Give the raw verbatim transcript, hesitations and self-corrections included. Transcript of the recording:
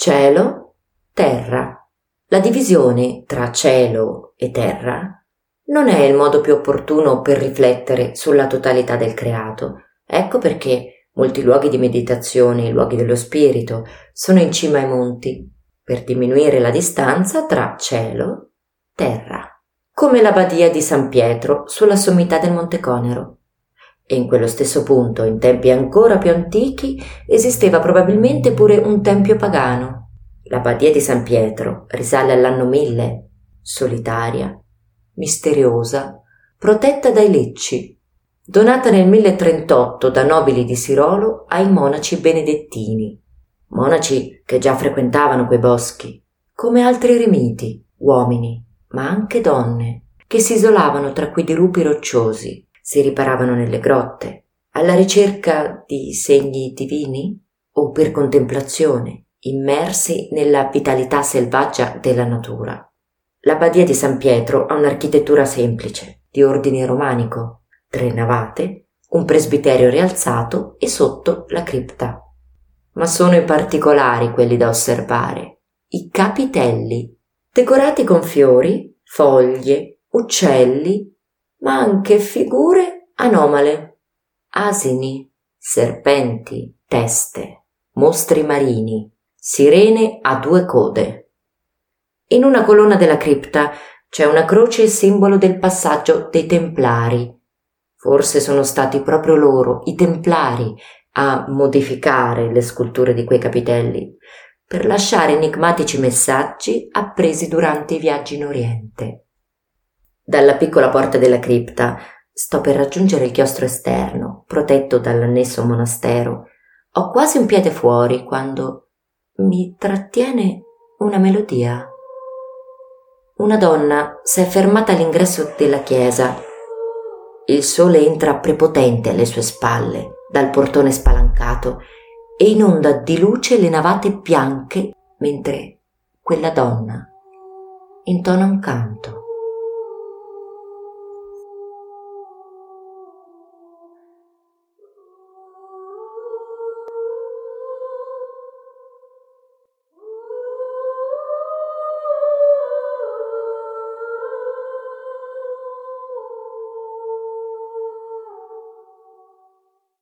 cielo, terra. La divisione tra cielo e terra non è il modo più opportuno per riflettere sulla totalità del creato. Ecco perché molti luoghi di meditazione, i luoghi dello spirito, sono in cima ai monti, per diminuire la distanza tra cielo e terra, come l'abbadia di San Pietro sulla sommità del Monte Conero. E in quello stesso punto, in tempi ancora più antichi, esisteva probabilmente pure un tempio pagano. L'abbadia di San Pietro risale all'anno mille, solitaria, misteriosa, protetta dai lecci, donata nel mille trentotto da nobili di Sirolo ai monaci benedettini, monaci che già frequentavano quei boschi, come altri eremiti, uomini, ma anche donne, che si isolavano tra quei dirupi rocciosi, si riparavano nelle grotte, alla ricerca di segni divini o per contemplazione, immersi nella vitalità selvaggia della natura. L'abbadia di San Pietro ha un'architettura semplice, di ordine romanico, tre navate, un presbiterio rialzato e sotto la cripta. Ma sono i particolari quelli da osservare, i capitelli, decorati con fiori, foglie, uccelli, ma anche figure anomale, asini, serpenti, teste, mostri marini, sirene a due code. In una colonna della cripta c'è una croce simbolo del passaggio dei Templari. Forse sono stati proprio loro, i Templari, a modificare le sculture di quei capitelli per lasciare enigmatici messaggi appresi durante i viaggi in Oriente. Dalla piccola porta della cripta sto per raggiungere il chiostro esterno, protetto dall'annesso monastero. Ho quasi un piede fuori quando mi trattiene una melodia. Una donna si è fermata all'ingresso della chiesa. Il sole entra prepotente alle sue spalle dal portone spalancato e inonda di luce le navate bianche mentre quella donna intona un canto.